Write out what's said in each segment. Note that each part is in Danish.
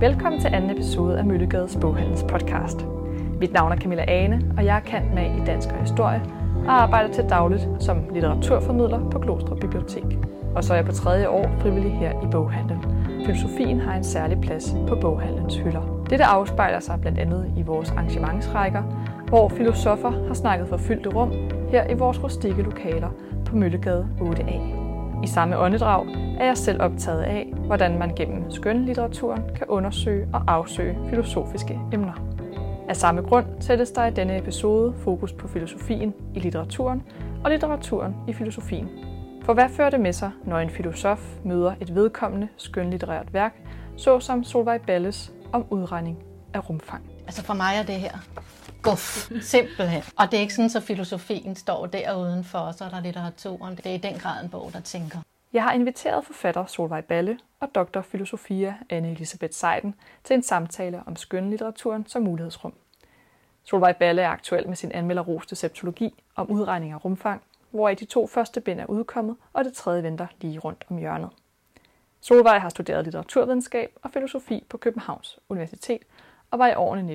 Velkommen til anden episode af Møllegades Boghandels podcast. Mit navn er Camilla Ane, og jeg er cand.mag i dansk og historie og arbejder til dagligt som litteraturformidler på Glostrup Bibliotek. Og så er jeg på 3. år frivillig her i boghandlen. Filosofien har en særlig plads på boghandlens hylder. Dette afspejler sig blandt andet i vores arrangementsrækker, hvor filosofer har snakket for fyldte rum her i vores rustikke lokaler på Møllegade 8A. I samme åndedrag er jeg selv optaget af, hvordan man gennem skønlitteraturen kan undersøge og afsøge filosofiske emner. Af samme grund sættes der i denne episode fokus på filosofien i litteraturen og litteraturen i filosofien. For hvad fører det med sig, når en filosof møder et vedkommende skønlitterært værk, såsom Solveig Balles om udregning af rumfang? Altså for mig er det her guf, simpelthen. Og det er ikke sådan, så filosofien står der udenfor, og så er der litteraturen. Det er i den grad en bog, der tænker. Jeg har inviteret forfatter Solveig Balle og Dr. Filosofia Anne Elisabeth Zeiden til en samtale om skønlitteraturen som mulighedsrum. Solveig Balle er aktuel med sin anmelderroste septologi om udregning af rumfang, hvoraf de 2 første bind er udkommet, og det 3. venter lige rundt om hjørnet. Solveig har studeret litteraturvidenskab og filosofi på Københavns Universitet, og var i årene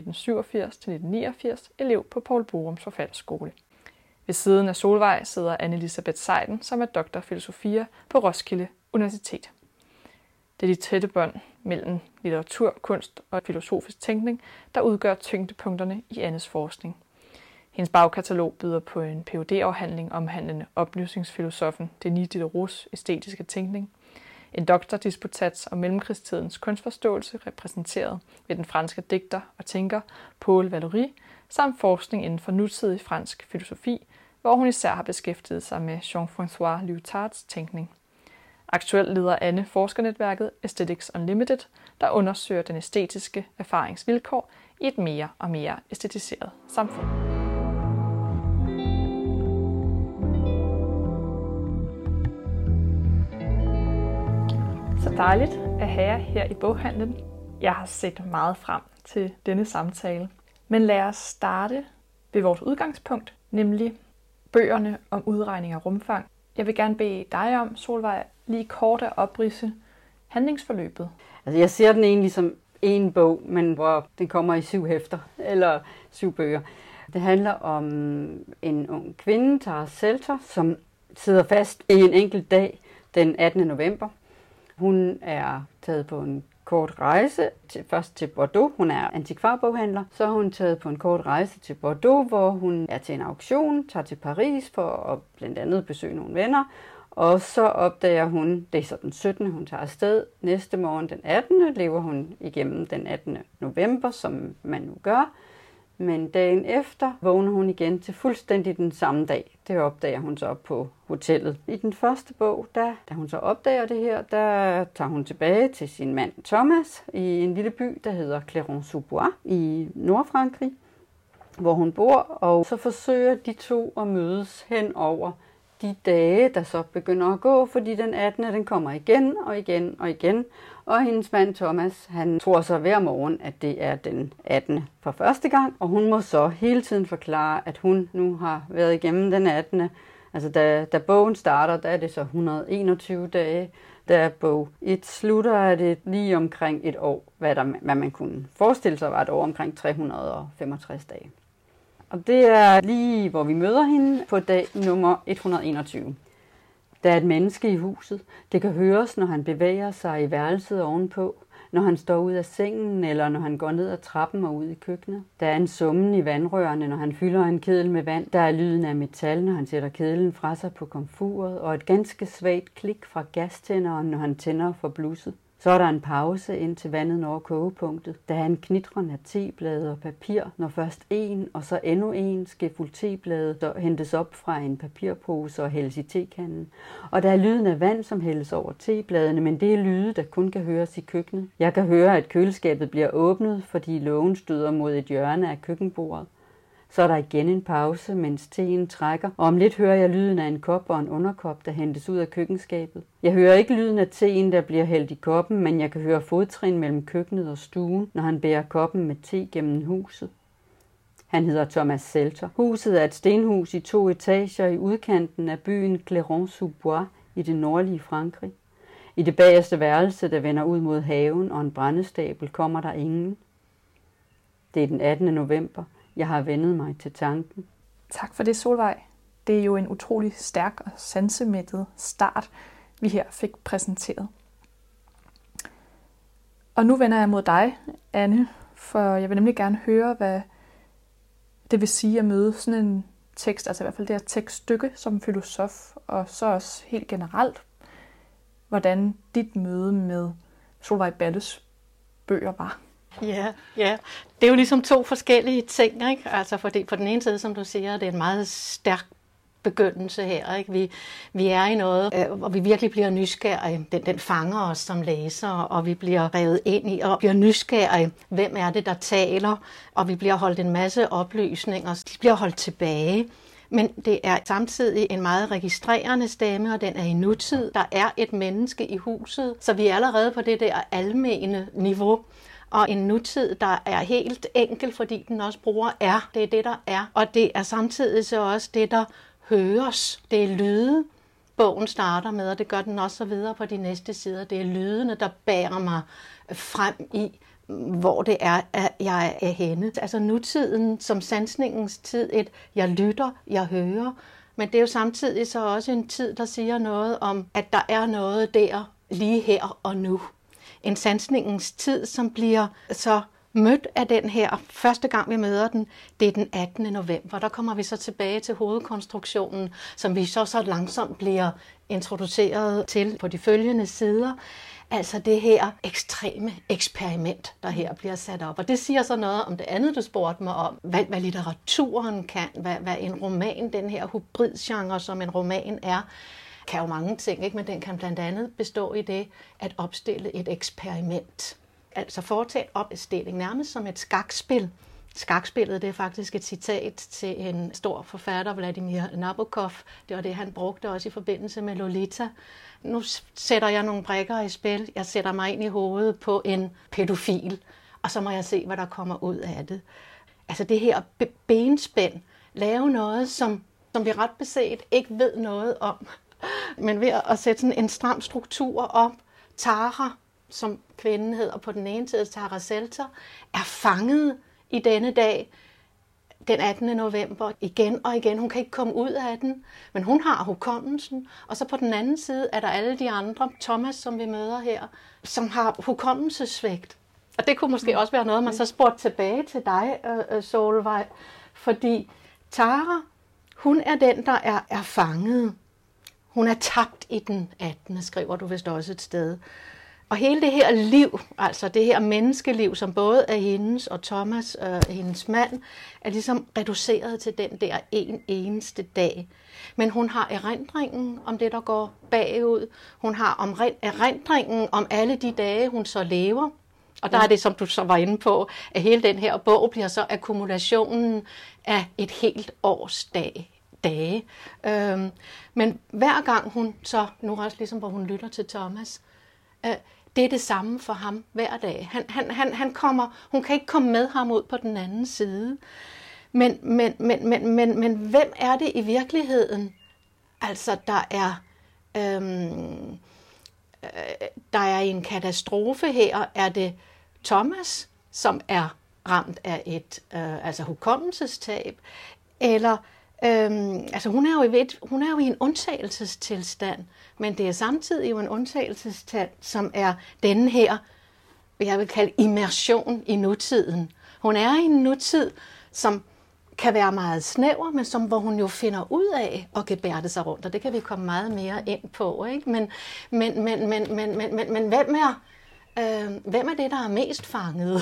1987-1989 elev på Poul Borums Forfatterskole. Ved siden af Solveig sidder Anne Elisabeth Zeiden, som er Dr. Filosofia på Roskilde Universitet. Det er de tætte bånd mellem litteratur, kunst og filosofisk tænkning, der udgør tyngdepunkterne i Annes forskning. Hendes bagkatalog byder på en Ph.D.-afhandling omhandlende oplysningsfilosofen Denis Diderots æstetiske tænkning, en doktordisputats om mellemkrigstidens kunstforståelse repræsenteret ved den franske digter og tænker Paul Valéry, samt forskning inden for nutidig fransk filosofi, hvor hun især har beskæftiget sig med Jean-François Lyotards tænkning. Aktuelt leder Anne forskernetværket Aesthetics Unlimited, der undersøger den æstetiske erfaringsvilkår i et mere og mere æstetiseret samfund. Så dejligt at have jer her i boghandlen. Jeg har set meget frem til denne samtale. Men lad os starte ved vores udgangspunkt, nemlig bøgerne om udregning af rumfang. Jeg vil gerne bede dig om, Solveig, lige kort at opridse handlingsforløbet. Altså jeg ser den egentlig som en bog, men hvor den kommer i 7 hæfter, eller 7 bøger. Det handler om en ung kvinde, Tara Selter, som sidder fast i en enkelt dag den 18. november. Hun er taget på en kort rejse, først til Bordeaux. Hun er antikvarboghandler. Så er hun taget på en kort rejse til Bordeaux, hvor hun er til en auktion, tager til Paris for at blandt andet besøge nogle venner. Og så opdager hun, det er så den 17. hun tager afsted. Næste morgen den 18. lever hun igennem den 18. november, som man nu gør. Men dagen efter vågner hun igen til fuldstændig den samme dag. Det opdager hun så på hotellet. I den første bog, da hun så opdager det her, der tager hun tilbage til sin mand Thomas i en lille by, der hedder Clermont-sous-Bois i Nordfrankrig, hvor hun bor. Og så forsøger de 2 at mødes hen over de dage, der så begynder at gå, fordi den 18. den kommer igen og igen og igen. Og hendes mand Thomas, han tror så hver morgen, at det er den 18. for første gang. Og hun må så hele tiden forklare, at hun nu har været igennem den 18. Altså da bogen starter, der er det så 121 dage. Da bog 1 slutter, er det lige omkring et år, hvad man kunne forestille sig var et år omkring 365 dage. Og det er lige, hvor vi møder hende på dag nummer 121. Der er et menneske i huset. Det kan høres, når han bevæger sig i værelset ovenpå, når han står ud af sengen, eller når han går ned ad trappen og ud i køkkenet. Der er en summen i vandrørene, når han fylder en kedel med vand. Der er lyden af metal, når han sætter kedlen fra sig på komfuret, og et ganske svagt klik fra gastænderen, når han tænder for blusset. Så er der en pause, indtil vandet når kogepunktet. Der er en knitren af teblade og papir, når først en og så endnu en skefuld teblade, der hentes op fra en papirpose og hældes i tekanden. Og der er lyden af vand, som hældes over tebladene, men det er lyde, der kun kan høres i køkkenet. Jeg kan høre, at køleskabet bliver åbnet, fordi lågen støder mod et hjørne af køkkenbordet. Så er der igen en pause, mens teen trækker, og om lidt hører jeg lyden af en kop og en underkop, der hentes ud af køkkenskabet. Jeg hører ikke lyden af teen, der bliver hældt i koppen, men jeg kan høre fodtrin mellem køkkenet og stuen, når han bærer koppen med te gennem huset. Han hedder Thomas Selter. Huset er et stenhus i 2 etager i udkanten af byen Clermont-sous-Bois i det nordlige Frankrig. I det bagerste værelse, der vender ud mod haven og en brændestabel, kommer der ingen. Det er den 18. november. Jeg har vendet mig til tanken. Tak for det, Solvej. Det er jo en utrolig stærk og sansemættet start, vi her fik præsenteret. Og nu vender jeg mod dig, Anne, for jeg vil nemlig gerne høre, hvad det vil sige at møde sådan en tekst, altså i hvert fald det her tekststykke som filosof, og så også helt generelt, hvordan dit møde med Solvej Balles bøger var. Ja. Det er jo ligesom to forskellige ting, ikke? Altså fordi på den ene side, som du siger, det er en meget stærk begyndelse her, ikke? Vi er i noget, hvor vi virkelig bliver nysgerrige. Den fanger os som læsere, og vi bliver revet ind i og bliver nysgerrige. Hvem er det, der taler? Og vi bliver holdt en masse oplysninger. De bliver holdt tilbage. Men det er samtidig en meget registrerende stemme, og den er i nutid. Der er et menneske i huset, så vi er allerede på det der almene niveau. Og en nutid, der er helt enkel, fordi den også bruger er. Det er det, der er. Og det er samtidig så også det, der høres. Det er lyde, bogen starter med, og det gør den også så videre på de næste sider. Det er lydene, der bærer mig frem i, hvor det er, at jeg er henne. Altså nutiden som sansningens tid, jeg lytter, jeg hører, men det er jo samtidig så også en tid, der siger noget om, at der er noget der lige her og nu. En sansningens tid, som bliver så mødt af den her. Første gang vi møder den, det er den 18. november. Der kommer vi så tilbage til hovedkonstruktionen, som vi så langsomt bliver introduceret til på de følgende sider. Altså det her ekstreme eksperiment, der her bliver sat op. Og det siger så noget om det andet, du spurgte mig om. Hvad litteraturen kan, hvad en roman, den her hybridgenre, som en roman er, kan jo mange ting, ikke? Men den kan blandt andet bestå i det at opstille et eksperiment. Altså foretage en opstilling, nærmest som et skakspil. Skakspillet, det er faktisk et citat til en stor forfatter, Vladimir Nabokov. Det var det, han brugte også i forbindelse med Lolita. Nu sætter jeg nogle brikker i spil. Jeg sætter mig ind i hovedet på en pædofil, og så må jeg se, hvad der kommer ud af det. Altså det her benspænd. Lave noget, som vi ret beset ikke ved noget om. Men ved at sætte sådan en stram struktur op. Tara, som kvinden hedder på den ene side, Tara Selter, er fanget i denne dag, den 18. november, igen og igen. Hun kan ikke komme ud af den, men hun har hukommelsen. Og så på den anden side er der alle de andre, Thomas, som vi møder her, som har hukommelsessvigt. Og det kunne måske også være noget, man så spurgte tilbage til dig, Solvej. Fordi Tara, hun er den, der er fanget. Hun er tabt i den 18. skriver du vist også et sted. Og hele det her liv, altså det her menneskeliv, som både er hendes og Thomas, hendes mand, er ligesom reduceret til den der eneste dag. Men hun har erindringen om det, der går bagud. Hun har erindringen om alle de dage, hun så lever. Og der er det, som du så var inde på, at hele den her bog bliver så akkumulationen af et helt års dage. Men hver gang hun så, nu også ligesom hvor hun lytter til Thomas, det er det samme for ham hver dag. Hun kan ikke komme med ham ud på den anden side. Men hvem er det i virkeligheden? Altså, der er en katastrofe her. Er det Thomas, som er ramt af et hukommelsestab? Eller hun er jo i en undtagelsestilstand, men det er samtidig jo en undtagelsestilstand, som er denne her, hvad jeg vil kalde immersion i nutiden. Hun er i en nutid, som kan være meget snæver, men hvor hun jo finder ud af at gebærde sig rundt, og det kan vi komme meget mere ind på, ikke? Men hvem er det, der er mest fanget?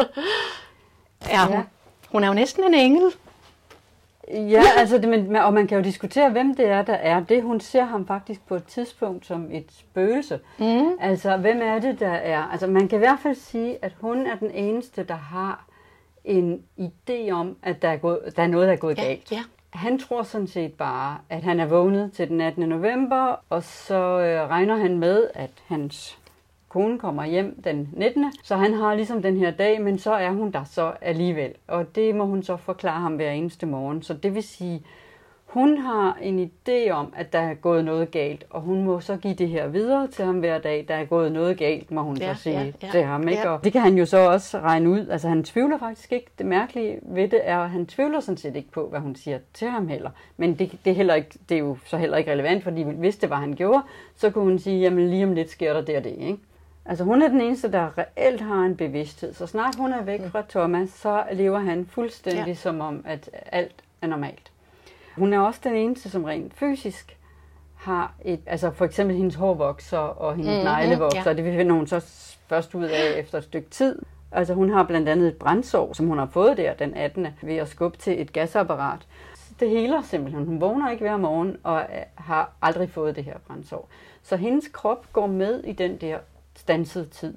Hun er jo næsten en engel. Ja, og man kan jo diskutere, hvem det er, der er det. Hun ser ham faktisk på et tidspunkt som et spøgelse. Mm. Altså, hvem er det, der er? Altså, man kan i hvert fald sige, at hun er den eneste, der har en idé om, at der er noget, der er gået galt. Ja. Han tror sådan set bare, at han er vågnet til den 18. november, og så regner han med, at hans kone kommer hjem den 19. Så han har ligesom den her dag, men så er hun der så alligevel. Og det må hun så forklare ham hver eneste morgen. Så det vil sige, Hun har en idé om, at der er gået noget galt, og hun må så give det her videre til ham hver dag. Der er gået noget galt, må hun så sige til ham. Ikke? Og det kan han jo så også regne ud. Altså han tvivler faktisk ikke. Det mærkelige ved det er, at han tvivler sådan set ikke på, hvad hun siger til ham heller. Men det er jo så heller ikke relevant, fordi hvis det var, han gjorde, så kunne hun sige, jamen lige om lidt sker der det og det. Ikke? Altså hun er den eneste, der reelt har en bevidsthed. Så snart hun er væk fra Thomas, så lever han fuldstændig som om, at alt er normalt. Hun er også den eneste, som rent fysisk har altså for eksempel hendes hår vokser, og hendes negle vokser, og det finder hun så først ud af efter et stykke tid. Altså hun har blandt andet et brændsår, som hun har fået der den 18. ved at skubbe til et gasapparat. Det heler simpelthen. Hun vågner ikke hver morgen og har aldrig fået det her brændsår. Så hendes krop går med i den der standsede tid.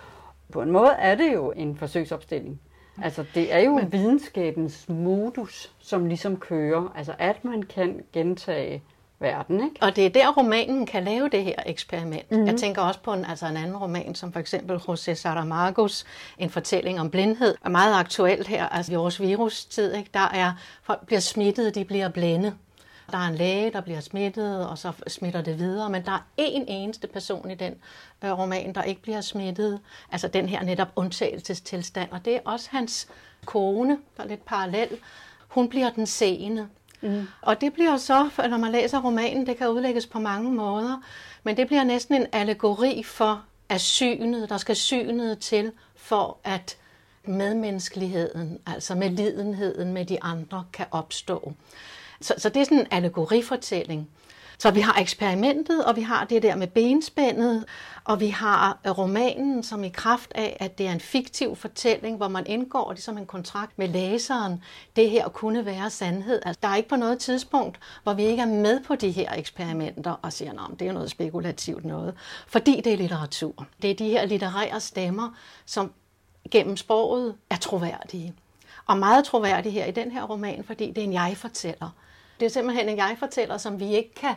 På en måde er det jo en forsøgsopstilling. Altså det er jo videnskabens modus, som ligesom kører. Altså at man kan gentage verden, ikke? Og det er der romanen kan lave det her eksperiment. Jeg tænker også på en anden roman, som for eksempel José Saramagos, En fortælling om blindhed, er meget aktuelt her, altså i vores virustid, ikke? Der er folk bliver smittet, de bliver blinde. Der er en læge, der bliver smittet, og så smitter det videre, men der er én eneste person i den roman, der ikke bliver smittet. Altså den her netop undtagelsestilstand, og det er også hans kone, der er lidt parallel. Hun bliver den seende. Og det bliver så, når man læser romanen, det kan udlægges på mange måder, men det bliver næsten en allegori for at synet, der skal synet til for at medmenneskeligheden, altså medlidenheden med de andre, kan opstå. Så det er sådan en allegorifortælling. Så vi har eksperimentet, og vi har det der med benspændet, og vi har romanen, som i kraft af, at det er en fiktiv fortælling, hvor man indgår ligesom en kontrakt med læseren. Det her kunne være sandhed. Altså, der er ikke på noget tidspunkt, hvor vi ikke er med på de her eksperimenter og siger, at det er noget spekulativt noget. Fordi det er litteratur. Det er de her litterære stemmer, som gennem sproget er troværdige. Og meget troværdige her i den her roman, fordi det er en jeg-fortæller. Det er simpelthen en jeg-fortæller, som vi ikke kan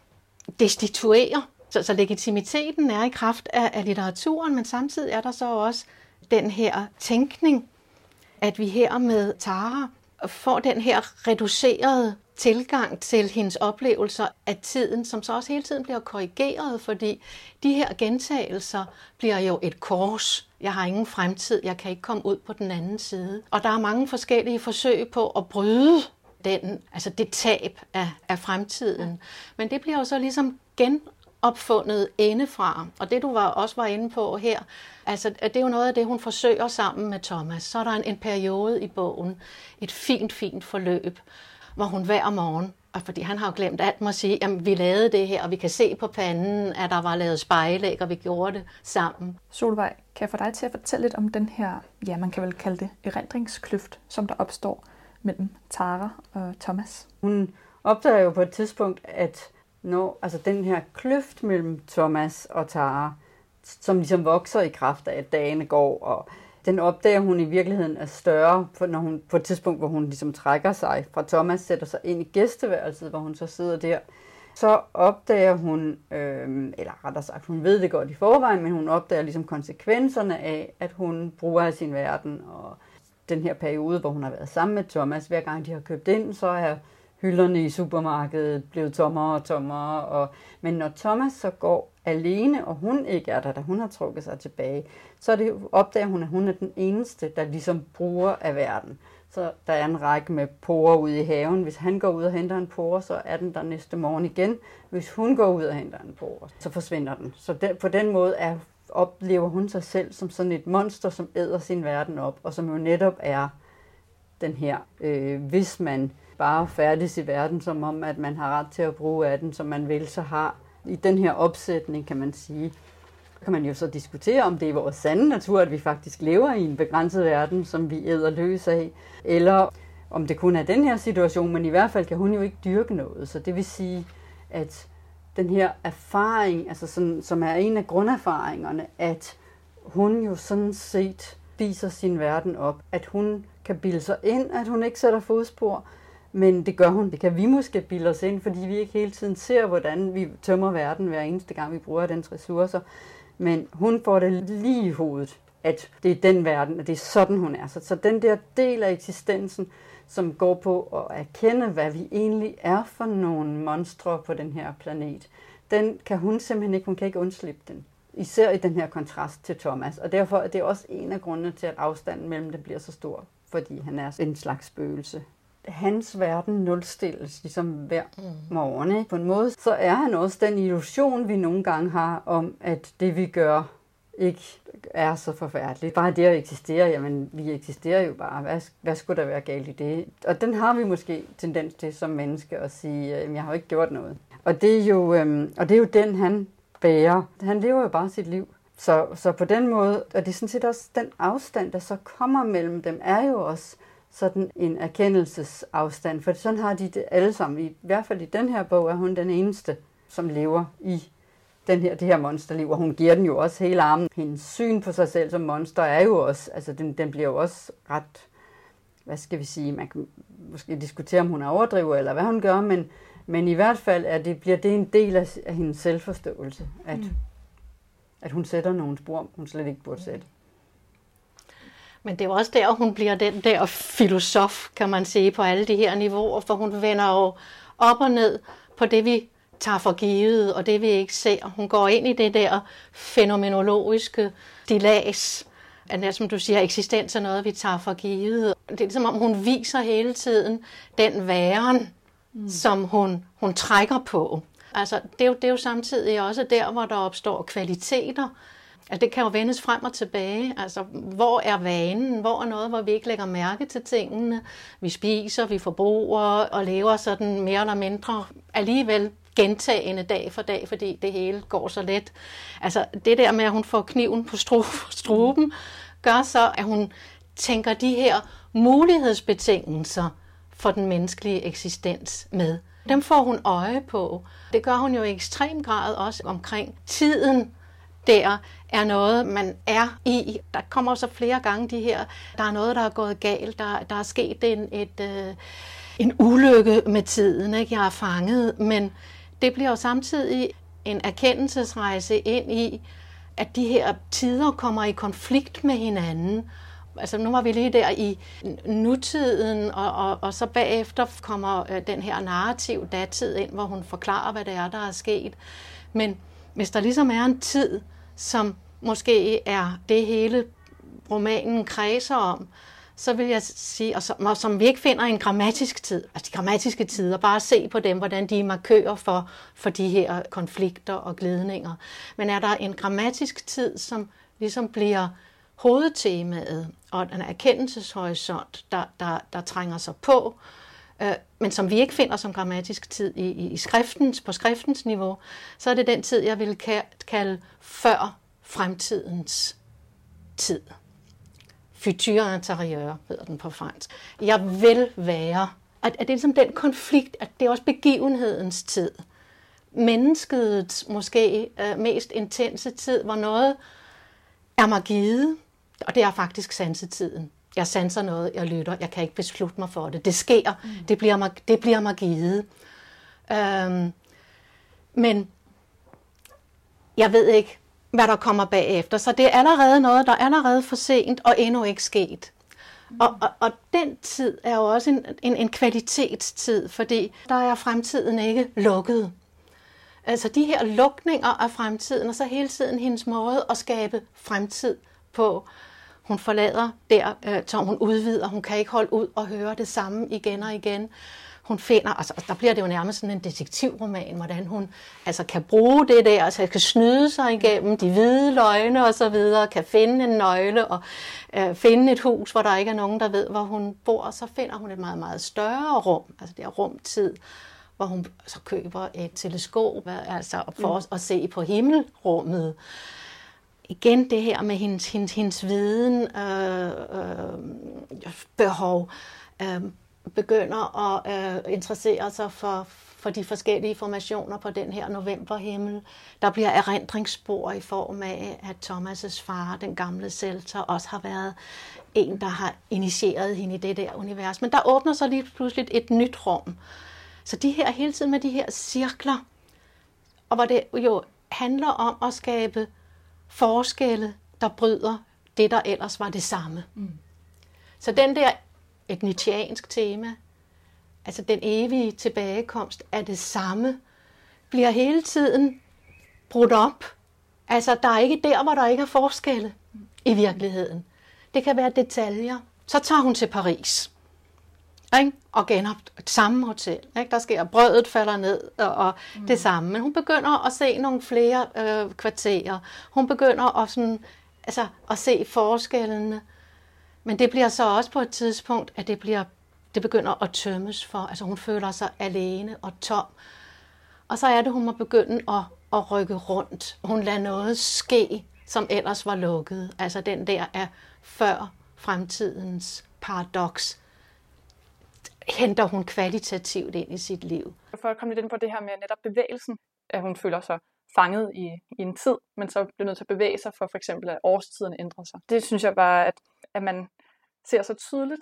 destituere. Så legitimiteten er i kraft af litteraturen, men samtidig er der så også den her tænkning, at vi her med Tara får den her reducerede tilgang til hendes oplevelser af tiden, som så også hele tiden bliver korrigeret, fordi de her gentagelser bliver jo et kors. Jeg har ingen fremtid, jeg kan ikke komme ud på den anden side. Og der er mange forskellige forsøg på at bryde det tab af fremtiden. Men det bliver jo så ligesom genopfundet indefra. Og det du også var inde på her, altså det er jo noget af det, hun forsøger sammen med Thomas. Så er der en periode i bogen, et fint forløb, hvor hun hver morgen, og fordi han har jo glemt alt, må sige, at vi lavede det her, og vi kan se på panden, at der var lavet spejlæg, og vi gjorde det sammen. Solveig, kan jeg få dig til at fortælle lidt om den her, ja, man kan vel kalde det erindringskløft, som der opstår mellem Tara og Thomas? Hun opdager jo på et tidspunkt, at den her kløft mellem Thomas og Tara, som ligesom vokser i kraft af, at dagene går, og den opdager hun i virkeligheden er større, når hun på et tidspunkt, hvor hun ligesom trækker sig fra Thomas, sætter sig ind i gæsteværelset, hvor hun så sidder der. Så opdager hun, eller rettere sagt, hun ved det godt i forvejen, men hun opdager ligesom konsekvenserne af, at hun bruger af sin verden. Og den her periode, hvor hun har været sammen med Thomas, hver gang de har købt ind, så er hylderne i supermarkedet blevet tommere og tommere. Men når Thomas så går alene, og hun ikke er der, da hun har trukket sig tilbage, så opdager hun, at hun er den eneste, der ligesom bruger af verden. Så der er en række med porer ude i haven. Hvis han går ud og henter en pore, så er den der næste morgen igen. Hvis hun går ud og henter en pore, så forsvinder den. Så på den måde oplever hun sig selv som sådan et monster, som æder sin verden op, og som jo netop er den her, hvis man bare færdes i verden, som om at man har ret til at bruge af den, som man vil, så har i den her opsætning, kan man sige, kan man jo så diskutere, om det er vores sande natur, at vi faktisk lever i en begrænset verden, som vi æder løs af, eller om det kun er den her situation, men i hvert fald kan hun jo ikke dyrke noget. Så det vil sige, at den her erfaring, altså sådan, som er en af grunderfaringerne, at hun jo sådan set spiser sin verden op, at hun kan bilde sig ind, at hun ikke sætter fodspor, men det gør hun. Det kan vi måske bilde os ind, fordi vi ikke hele tiden ser, hvordan vi tømmer verden hver eneste gang, vi bruger dens ressourcer. Men hun får det lige i hovedet, at det er den verden, at det er sådan, hun er. Så den der del af eksistensen, som går på at erkende, hvad vi egentlig er for nogle monstre på den her planet, den kan hun simpelthen ikke, hun kan ikke undslippe den. Især i den her kontrast til Thomas. Og derfor er det også en af grundene til, at afstanden mellem dem bliver så stor, fordi han er en slags spøgelse. Hans verden nulstilles ligesom hver morgen. Ikke? På en måde, så er han også den illusion, vi nogle gange har om, at det vi gør ikke er så forfærdeligt. Bare det at eksistere, jamen vi eksisterer jo bare. Hvad skulle der være galt i det? Og den har vi måske tendens til som menneske at sige, jeg har jo ikke gjort noget. Og det er jo den, han bærer. Han lever jo bare sit liv. Så på den måde, og det er sådan set også den afstand, der så kommer mellem dem, er jo også sådan en erkendelsesafstand. For sådan har de det alle sammen. I hvert fald i den her bog er hun den eneste, som lever i det her monsterliv, og hun giver den jo også hele armen. Hendes syn på sig selv som monster er jo også, altså den bliver jo også ret, hvad skal vi sige, man kan måske diskutere, om hun overdriver, eller hvad hun gør, men i hvert fald bliver det en del af hendes selvforståelse, at hun sætter nogle spor, hun slet ikke burde sætte. Men det er jo også der, hun bliver den der filosof, kan man sige, på alle de her niveauer, for hun vender jo op og ned på det, vi tager for givet, og det vi ikke ser. Hun går ind i det der fænomenologiske stillads, at som du siger, eksistens er noget, vi tager for givet. Det er som om, hun viser hele tiden den væren, som hun trækker på. Altså, det er jo samtidig også der, hvor der opstår kvaliteter. Altså, det kan jo vendes frem og tilbage. Altså, hvor er vanen? Hvor er noget, hvor vi ikke lægger mærke til tingene? Vi spiser, vi forbruger og lever sådan mere eller mindre alligevel gentagende dag for dag, fordi det hele går så let. Altså, det der med, at hun får kniven på struben, gør så, at hun tænker de her mulighedsbetingelser for den menneskelige eksistens med. Dem får hun øje på. Det gør hun jo i ekstrem grad også omkring tiden. Der er noget, man er i. Der kommer så flere gange de her, der er noget, der er gået galt. Der er sket en ulykke med tiden, ikke? Jeg er fanget, men det bliver jo samtidig en erkendelsesrejse ind i, at de her tider kommer i konflikt med hinanden. Altså nu var vi lige der i nutiden, og så bagefter kommer den her narrativ datid ind, hvor hun forklarer, hvad det er, der er sket. Men hvis der ligesom er en tid, som måske er det hele romanen kredser om, så vil jeg sige, og som vi ikke finder en grammatisk tid, altså de grammatiske tider, bare se på dem, hvordan de er markører for de her konflikter og glidninger. Men er der en grammatisk tid, som ligesom bliver hovedtemaet, og en erkendelseshorisont, der trænger sig på, men som vi ikke finder som grammatisk tid på skriftens niveau, så er det den tid, jeg vil kalde før fremtidens tid. Futur intérieur hedder den på fransk. Jeg vil være, at det er ligesom den konflikt, at det er også begivenhedens tid. Menneskets måske mest intense tid, hvor noget er mig givet, og det er faktisk sansetiden. Jeg sanser noget, jeg lytter, jeg kan ikke beslutte mig for det. Det sker, det bliver mig givet. Men jeg ved ikke, hvad der kommer bagefter. Så det er allerede noget, der er allerede for sent og endnu ikke sket. Og den tid er jo også en kvalitetstid, fordi der er fremtiden ikke lukket. Altså de her lukninger af fremtiden, og så hele tiden hendes måde at skabe fremtid på. Hun forlader der, så hun udvider, hun kan ikke holde ud og høre det samme igen og igen. Hun finder, altså der bliver det jo nærmest sådan en detektivroman, hvordan hun altså kan bruge det der, altså kan snyde sig igennem de hvide løgne og så videre, kan finde en nøgle og finde et hus, hvor der ikke er nogen, der ved, hvor hun bor, og så finder hun et meget, meget større rum, altså det er rumtid, hvor hun så køber et teleskop, altså for at se på himmelrummet. Igen det her med hendes viden, behov, begynder at interessere sig for de forskellige formationer på den her novemberhimmel. Der bliver erindringsspor i form af, at Thomas' far, den gamle Seltzer, også har været en, der har initieret hende i det der univers. Men der åbner sig lige pludselig et nyt rum. Så de her hele tiden med de her cirkler, og hvor det jo handler om at skabe forskelle, der bryder det, der ellers var det samme. Så den der et nietzscheansk tema. Altså den evige tilbagekomst af det samme bliver hele tiden brudt op. Altså der er ikke der, hvor der ikke er forskelle i virkeligheden. Det kan være detaljer. Så tager hun til Paris, ikke? Og samme hotel. Ikke? Der sker, brødet falder ned og det samme. Men hun begynder at se nogle flere kvarterer. Hun begynder at se forskellene. Men det bliver så også på et tidspunkt, at det begynder at tømmes for. Altså hun føler sig alene og tom. Og så er det, hun må begynde at rykke rundt. Hun lader noget ske, som ellers var lukket. Altså den der er før fremtidens paradoks. Henter hun kvalitativt ind i sit liv. For at komme lidt ind på det her med netop bevægelsen, at hun føler sig fanget i en tid, men så bliver nødt til at bevæge sig for eksempel, at årstiden ændrer sig. Det synes jeg bare, at man ser så tydeligt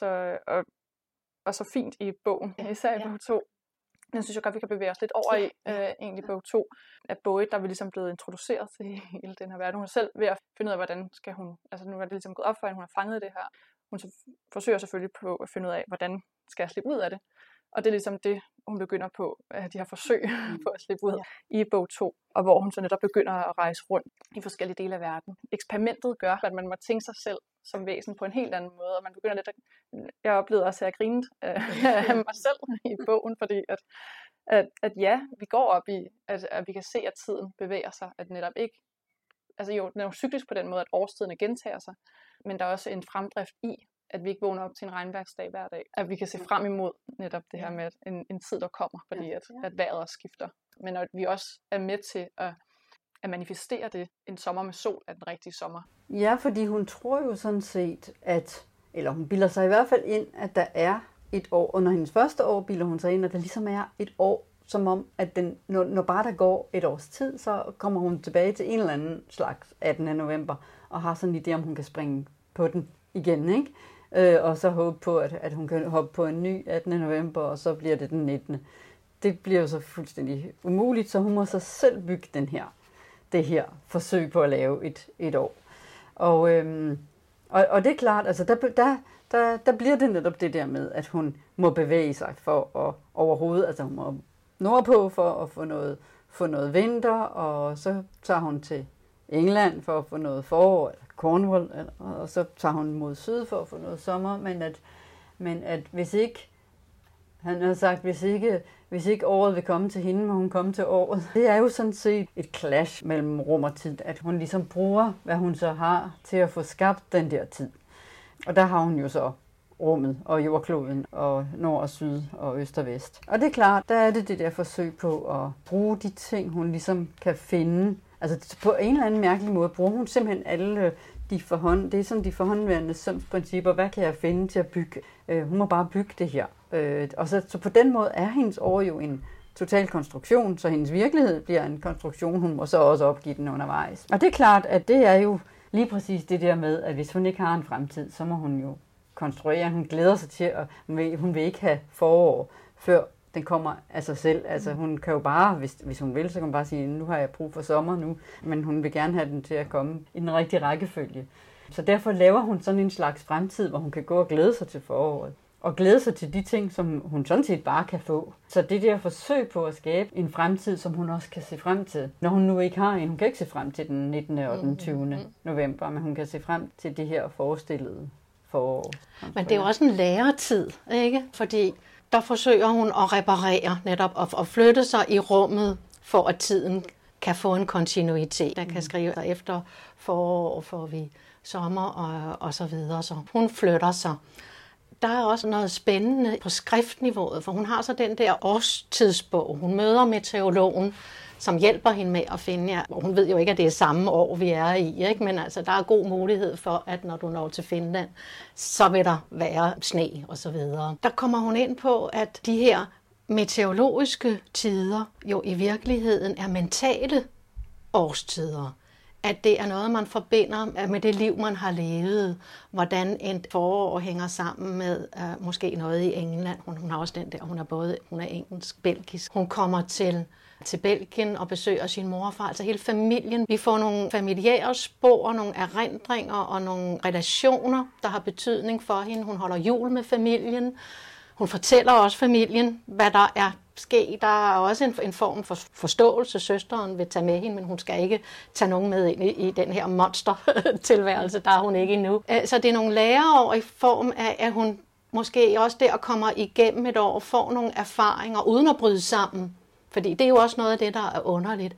og så fint i bogen, især i bog 2. Den synes jeg godt, vi kan bevæge os lidt over i, egentlig bog 2. At Bowie, der er vi ligesom blevet introduceret til hele den her verden. Hun er selv ved at finde ud af, hvordan skal hun, altså nu er det ligesom gået op for hende, hun har fanget det her. Hun forsøger selvfølgelig på at finde ud af, hvordan skal jeg slippe ud af det. Og det er ligesom det, hun begynder på, de her forsøg på at slippe ud i bog 2. Og hvor hun så netop begynder at rejse rundt i forskellige dele af verden. Eksperimentet gør, at man må tænke sig selv som væsen på en helt anden måde. Og man begynder lidt at... Jeg oplevede også, at jeg grinede af mig selv i bogen, fordi at ja, vi går op i, at vi kan se, at tiden bevæger sig. At netop ikke... Altså jo, den er jo cyklisk på den måde, at årstiderne gentager sig. Men der er også en fremdrift i, at vi ikke vågner op til en regnvejrsdag hver dag. At vi kan se frem imod netop det her med en tid, der kommer, fordi at vejret også skifter. Men at vi også er med til at manifestere det. En sommer med sol er den rigtige sommer. Ja, fordi hun tror jo sådan set, eller hun bilder sig i hvert fald ind, at der er et år. Under hendes første år bilder hun sig ind, at der ligesom er et år, som om, at når bare der går et års tid, så kommer hun tilbage til en eller anden slags 18. november, og har sådan en idé, om hun kan springe på den igen, ikke? Og så håbe på, at hun kan hoppe på en ny 18. november, og så bliver det den 19. Det bliver jo så fuldstændig umuligt, så hun må så selv bygge det her forsøg på at lave et år. Og det er klart, altså der bliver det netop det der med, at hun må bevæge sig for at overhovedet, altså hun må nordpå for at få noget vinter, og så tager hun til England for at få noget forår, eller Cornwall, og så tager hun mod syd for at få noget sommer, men at hvis ikke, han har sagt, hvis ikke året vil komme til hende, må hun komme til året. Det er jo sådan set et clash mellem rum og tid, at hun ligesom bruger, hvad hun så har, til at få skabt den der tid. Og der har hun jo så rummet og jordkloden og nord og syd og øst og vest. Og det er klart, der er det der forsøg på at bruge de ting, hun ligesom kan finde. Altså på en eller anden mærkelig måde bruger hun simpelthen alle de forhåndværende sømsprincipper. Hvad kan jeg finde til at bygge? Hun må bare bygge det her. Og så på den måde er hendes år jo en total konstruktion, så hendes virkelighed bliver en konstruktion. Hun må så også opgive den undervejs. Og det er klart, at det er jo lige præcis det der med, at hvis hun ikke har en fremtid, så må hun jo konstruere. Hun glæder sig til, at hun vil ikke have forår, før den kommer af sig selv. Altså hun kan jo bare, hvis hun vil, så kan hun bare sige, nu har jeg brug for sommer nu, men hun vil gerne have den til at komme i den rigtige rækkefølge. Så derfor laver hun sådan en slags fremtid, hvor hun kan gå og glæde sig til foråret. Og glæde sig til de ting, som hun sådan set bare kan få. Så det der forsøg på at skabe en fremtid, som hun også kan se frem til. Når hun nu ikke har en, hun kan ikke se frem til den 19. og den 20. november, men hun kan se frem til det her forestillede forår. Men det er jo også en læretid, ikke? Fordi der forsøger hun at reparere netop og flytte sig i rummet, for at tiden kan få en kontinuitet. Der kan skrive efter forår, får vi sommer og så videre. Så hun flytter sig. Der er også noget spændende på skriftniveauet, for hun har så den der årstidsbog. Hun møder meteorologen, som hjælper hende med at finde jer. Hun ved jo ikke, at det er samme år, vi er i, ikke? Men altså, der er god mulighed for, at når du når til Finland, så vil der være sne og så videre. Der kommer hun ind på, at de her meteorologiske tider jo i virkeligheden er mentale årstider. At det er noget, man forbinder med det liv, man har levet. Hvordan et forår hænger sammen med måske noget i England. Hun har også den der, hun er engelsk, belgisk. Hun kommer til til Belgien og besøger sin mor og far, altså hele familien. Vi får nogle familiære spor, nogle erindringer og nogle relationer, der har betydning for hende. Hun holder jul med familien. Hun fortæller også familien, hvad der er sket. Der er også en form for forståelse. Søsteren vil tage med hende, men hun skal ikke tage nogen med ind i den her monstertilværelse. Der er hun ikke endnu. Så det er nogle læreår i form af, at hun måske også der kommer igennem et år og får nogle erfaringer uden at bryde sammen. Fordi det er jo også noget af det, der er underligt,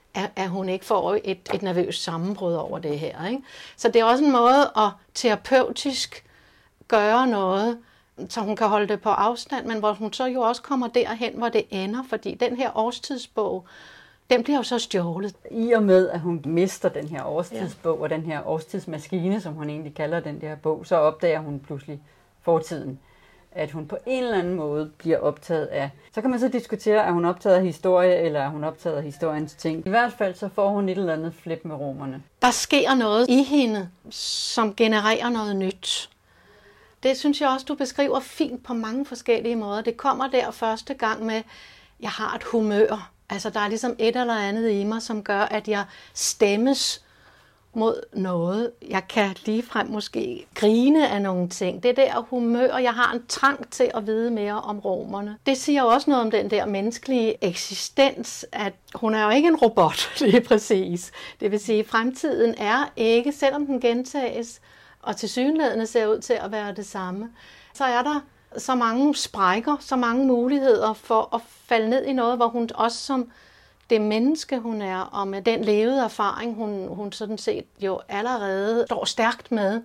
at hun ikke får et nervøst sammenbrud over det her. Ikke? Så det er også en måde at terapeutisk gøre noget, så hun kan holde det på afstand, men hvor hun så jo også kommer derhen, hvor det ender, fordi den her årstidsbog, den bliver jo så stjålet. I og med, at hun mister den her årstidsbog, og den her årstidsmaskine, som hun egentlig kalder den der bog, så opdager hun pludselig fortiden. At hun på en eller anden måde bliver optaget af. Så kan man så diskutere, er hun optaget af historie, eller er hun optaget af historiens ting. I hvert fald så får hun et eller andet flip med romerne. Der sker noget i hende, som genererer noget nyt. Det synes jeg også, du beskriver fint på mange forskellige måder. Det kommer der første gang med, jeg har et humør. Altså der er ligesom et eller andet i mig, som gør, at jeg stemmes mod noget. Jeg kan ligefrem måske grine af nogle ting. Det der humør, jeg har en trang til at vide mere om romerne. Det siger jo også noget om den der menneskelige eksistens, at hun er jo ikke en robot, lige præcis. Det vil sige, at fremtiden er ikke, selvom den gentages, og tilsyneladende ser ud til at være det samme, så er der så mange sprækker, så mange muligheder for at falde ned i noget, hvor hun også som det menneske, hun er, og med den levede erfaring, hun sådan set jo allerede står stærkt med,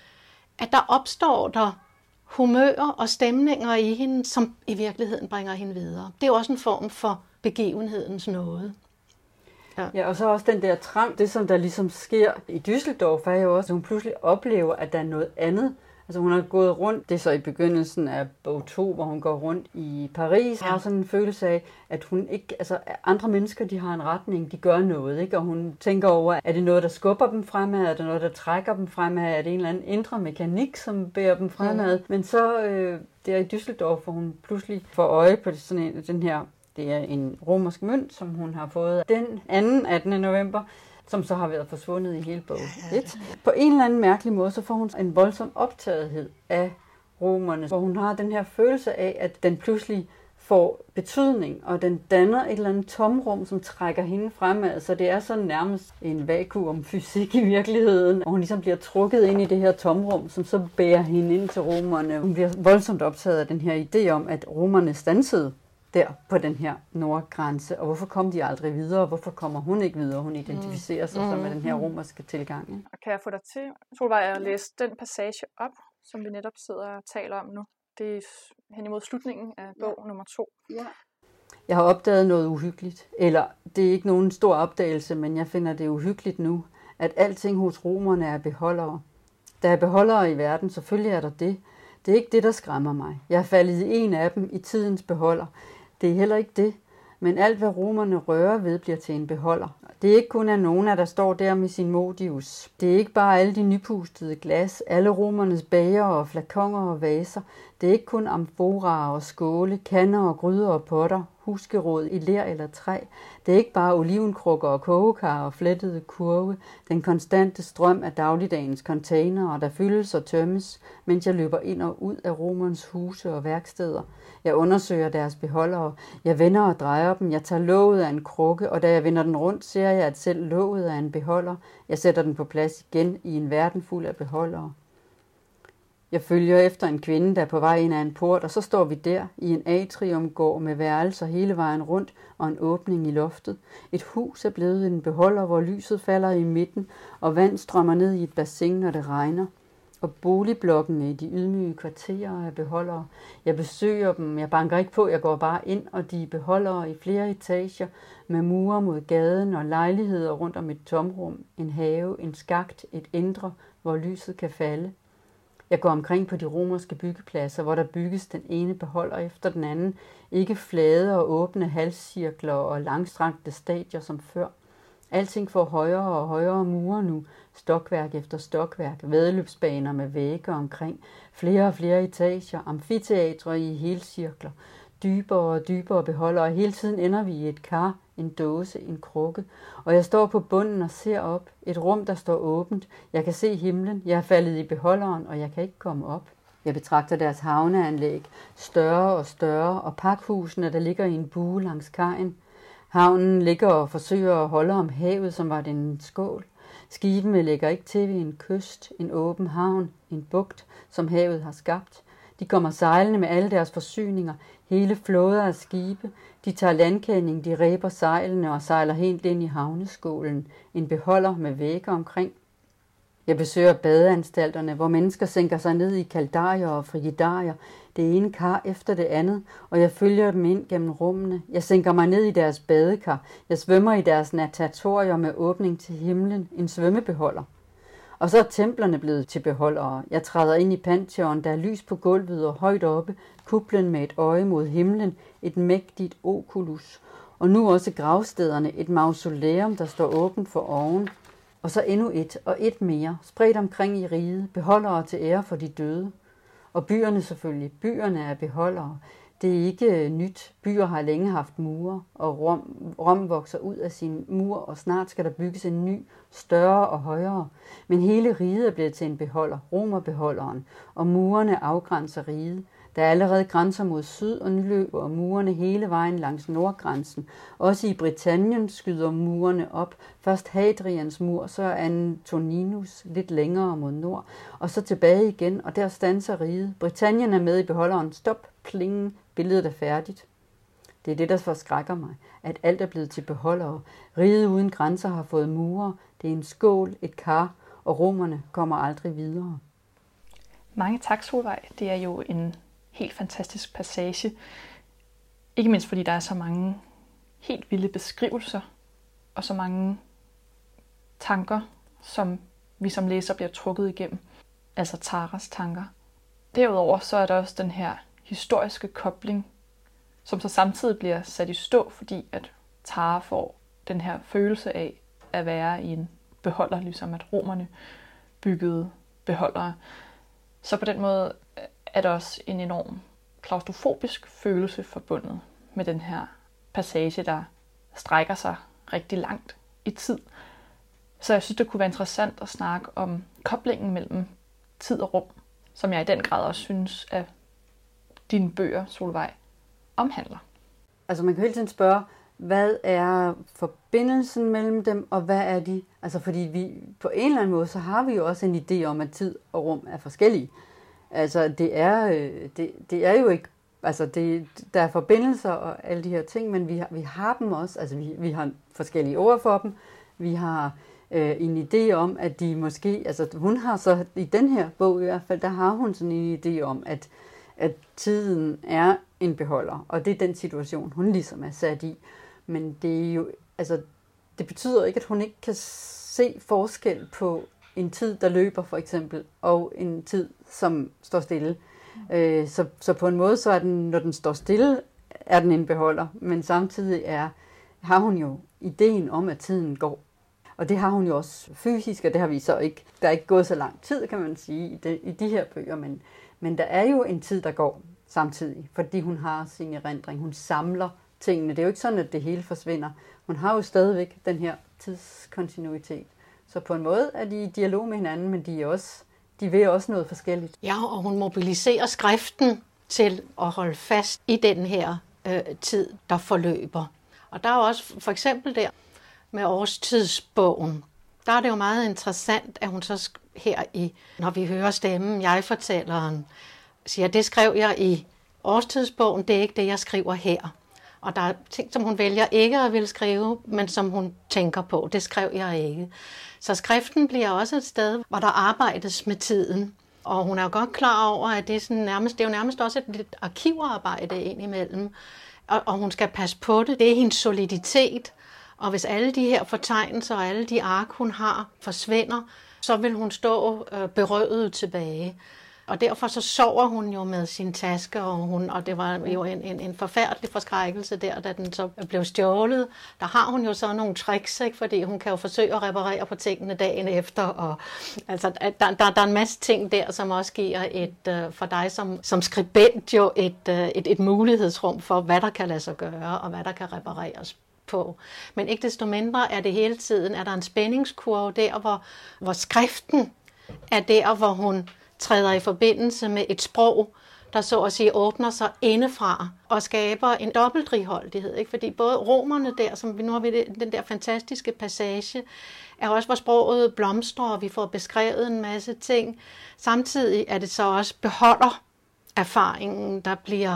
at der opstår der humører og stemninger i hende, som i virkeligheden bringer hende videre. Det er jo også en form for begivenhedens nåde. Ja, og så også den der trang, det som der ligesom sker i Düsseldorf, er jo også, at hun pludselig oplever, at der er noget andet. Altså hun har gået rundt, det er så i begyndelsen af bog 2, hvor hun går rundt i Paris, og har sådan en følelse af, at hun ikke, altså andre mennesker, de har en retning, de gør noget, ikke? Og hun tænker over, er det noget, der skubber dem fremad, er det noget, der trækker dem fremad, er det en eller anden indre mekanik, som bærer dem fremad. Men så der i Düsseldorf, hvor hun pludselig får øje på sådan den her, det er en romersk mønt, som hun har fået den 18. november, som så har været forsvundet i hele bogen 1. På en eller anden mærkelig måde, så får hun en voldsom optagethed af romerne, hvor hun har den her følelse af, at den pludselig får betydning, og den danner et eller andet tomrum, som trækker hende fremad. Så det er sådan nærmest en vakuumfysik i virkeligheden, og hun ligesom bliver trukket ind i det her tomrum, som så bærer hende ind til romerne. Hun bliver voldsomt optaget af den her idé om, at romerne stansede der på den her nordgrænse, og hvorfor kom de aldrig videre, og hvorfor kommer hun ikke videre? Hun identificerer sig så med den her romerske tilgang. Ikke? Og kan jeg få dig til, Solvej, at læse den passage op, som vi netop sidder og taler om nu? Det er hen imod slutningen af bog nummer 2. Ja. Jeg har opdaget noget uhyggeligt, eller det er ikke nogen stor opdagelse, men jeg finder det uhyggeligt nu, at alting hos romerne er beholdere. Der er beholdere i verden, selvfølgelig er der det. Det er ikke det, der skræmmer mig. Jeg er faldet i en af dem i tidens beholder. Det er heller ikke det, men alt hvad romerne rører ved bliver til en beholder. Det er ikke kun Anona, der står der med sin modius. Det er ikke bare alle de nypustede glas, alle romernes bager og flakoner og vaser. Det er ikke kun amforaer og skåle, kander og gryder og potter, huskerod i ler eller træ. Det er ikke bare olivenkrukker og kogekar og flettede kurve, den konstante strøm af dagligdagens containere, der fyldes og tømmes, mens jeg løber ind og ud af romernes huse og værksteder. Jeg undersøger deres beholdere, jeg vender og drejer dem, jeg tager låget af en krukke, og da jeg vender den rundt, ser jeg, at selv låget er en beholder. Jeg sætter den på plads igen i en verden fuld af beholdere. Jeg følger efter en kvinde, der er på vej ind af en port, og så står vi der i en atriumgård med værelser hele vejen rundt og en åbning i loftet. Et hus er blevet en beholder, hvor lyset falder i midten, og vand strømmer ned i et bassin, når det regner. Og boligblokkene i de ydmyge kvarterer af beholdere. Jeg besøger dem, jeg banker ikke på, jeg går bare ind, og de beholdere i flere etager med mure mod gaden og lejligheder rundt om et tomrum, en have, en skakt, et indre, hvor lyset kan falde. Jeg går omkring på de romerske byggepladser, hvor der bygges den ene beholder efter den anden, ikke flade og åbne halscirkler og langstrakte stadier som før. Alting får højere og højere mure nu, stokværk efter stokværk, væddeløbsbaner med vægge omkring, flere og flere etager, amfiteatre i helcirkler, dybere og dybere beholdere, og hele tiden ender vi i et kar, en dåse, en krukke, og jeg står på bunden og ser op. Et rum, der står åbent. Jeg kan se himlen. Jeg er faldet i beholderen, og jeg kan ikke komme op. Jeg betragter deres havneanlæg, større og større, og pakhusene, der ligger i en bue langs kajen. Havnen ligger og forsøger at holde om havet, som var det en skål. Skibene lægger ikke til ved en kyst, en åben havn, en bugt, som havet har skabt. De kommer sejlende med alle deres forsyninger, hele flåder af skibe. De tager landkending, de ræber sejlene og sejler helt ind i havneskålen, en beholder med vægge omkring. Jeg besøger badeanstalterne, hvor mennesker sænker sig ned i kaldarier og frigidarier, det ene kar efter det andet, og jeg følger dem ind gennem rummene. Jeg sænker mig ned i deres badekar. Jeg svømmer i deres natatorier med åbning til himlen, en svømmebeholder. Og så er templerne blevet til beholdere. Jeg træder ind i Pantheon, der er lys på gulvet og højt oppe, kuplen med et øje mod himlen, et mægtigt oculus. Og nu også gravstederne, et mausoleum, der står åbent for oven. Og så endnu et, og et mere, spredt omkring i riget, beholdere til ære for de døde. Og byerne selvfølgelig, byerne er beholdere. Det er ikke nyt. Byer har længe haft mure, og Rom vokser ud af sin mur, og snart skal der bygges en ny, større og højere. Men hele riget er blevet til en beholder, romerbeholderen, og murene afgrænser riget. Der er allerede grænser mod syd, og nu løber murene hele vejen langs nordgrænsen. Også i Britannien skyder murene op. Først Hadrians mur, så Antoninus lidt længere mod nord, og så tilbage igen, og der standser riget. Britannien er med i beholderen. Stop, pling, billedet er færdigt. Det er det, der forskrækker mig, at alt er blevet til beholdere. Riget uden grænser har fået mure. Det er en skål, et kar, og romerne kommer aldrig videre. Mange tak, Solvej. Det er jo en helt fantastisk passage. Ikke mindst fordi der er så mange helt vilde beskrivelser og så mange tanker, som vi som læser bliver trukket igennem. Altså Taras tanker. Derudover så er der også den her historiske kobling, som så samtidig bliver sat i stå, fordi at Tara får den her følelse af at være i en beholder, ligesom at romerne byggede beholdere. Så på den måde er der også en enorm klaustrofobisk følelse forbundet med den her passage, der strækker sig rigtig langt i tid. Så jeg synes, det kunne være interessant at snakke om koblingen mellem tid og rum, som jeg i den grad også synes, at dine bøger, Solvej, omhandler. Altså man kan hele tiden spørge, hvad er forbindelsen mellem dem, og hvad er de? Altså fordi vi på en eller anden måde, så har vi jo også en idé om, at tid og rum er forskellige. Altså det er jo ikke, altså der er forbindelser og alle de her ting, men vi har dem også, altså vi har forskellige ord for dem. Vi har en idé om, at de måske, altså hun har så i den her bog i hvert fald, der har hun sådan en idé om, at tiden er en beholder, og det er den situation, hun ligesom er sat i. Men det er jo, altså det betyder ikke, at hun ikke kan se forskel på en tid, der løber for eksempel, og en tid, som står stille. Så på en måde, så er den, når den står stille, er den en beholder, men samtidig har hun jo ideen om, at tiden går. Og det har hun jo også fysisk, og det har vi så ikke. Der er ikke gået så lang tid, kan man sige, i de her bøger, men der er jo en tid, der går samtidig, fordi hun har sin erindring. Hun samler tingene. Det er jo ikke sådan, at det hele forsvinder. Hun har jo stadigvæk den her tidskontinuitet. Så på en måde er de i dialog med hinanden, men de vil også noget forskelligt. Ja, og hun mobiliserer skriften til at holde fast i den her tid, der forløber. Og der er også for eksempel der med årstidsbogen, der er det jo meget interessant, at hun så her når vi hører stemmen, jeg-fortælleren, siger, det skrev jeg i årstidsbogen, det er ikke det, jeg skriver her. Og der er ting, som hun vælger ikke at ville skrive, men som hun tænker på, det skrev jeg ikke. Så skriften bliver også et sted, hvor der arbejdes med tiden. Og hun er jo godt klar over, at det er jo nærmest også et lidt arkivarbejde indimellem. Og hun skal passe på det. Det er hendes soliditet. Og hvis alle de her fortegnelser og alle de ark, hun har, forsvinder, så vil hun stå berøvet tilbage. Og derfor så sover hun jo med sin taske, og det var jo en forfærdelig forskrækkelse der, da den så blev stjålet. Der har hun jo så nogle tricks, ikke? Fordi hun kan jo forsøge at reparere på tingene dagen efter. Og, altså, der er en masse ting der, som også giver for dig som skribent jo et mulighedsrum for, hvad der kan lade sig gøre, og hvad der kan repareres på. Men ikke desto mindre er det hele tiden, er der en spændingskurve der, hvor skriften er der, hvor hun træder i forbindelse med et sprog, der så at sige åbner sig indefra og skaber en dobbeltrigholdighed. Ikke? Fordi både romerne der, som vi nu har ved den der fantastiske passage, er også, hvor sproget blomstrer, og vi får beskrevet en masse ting. Samtidig er det så også beholder erfaringen, der bliver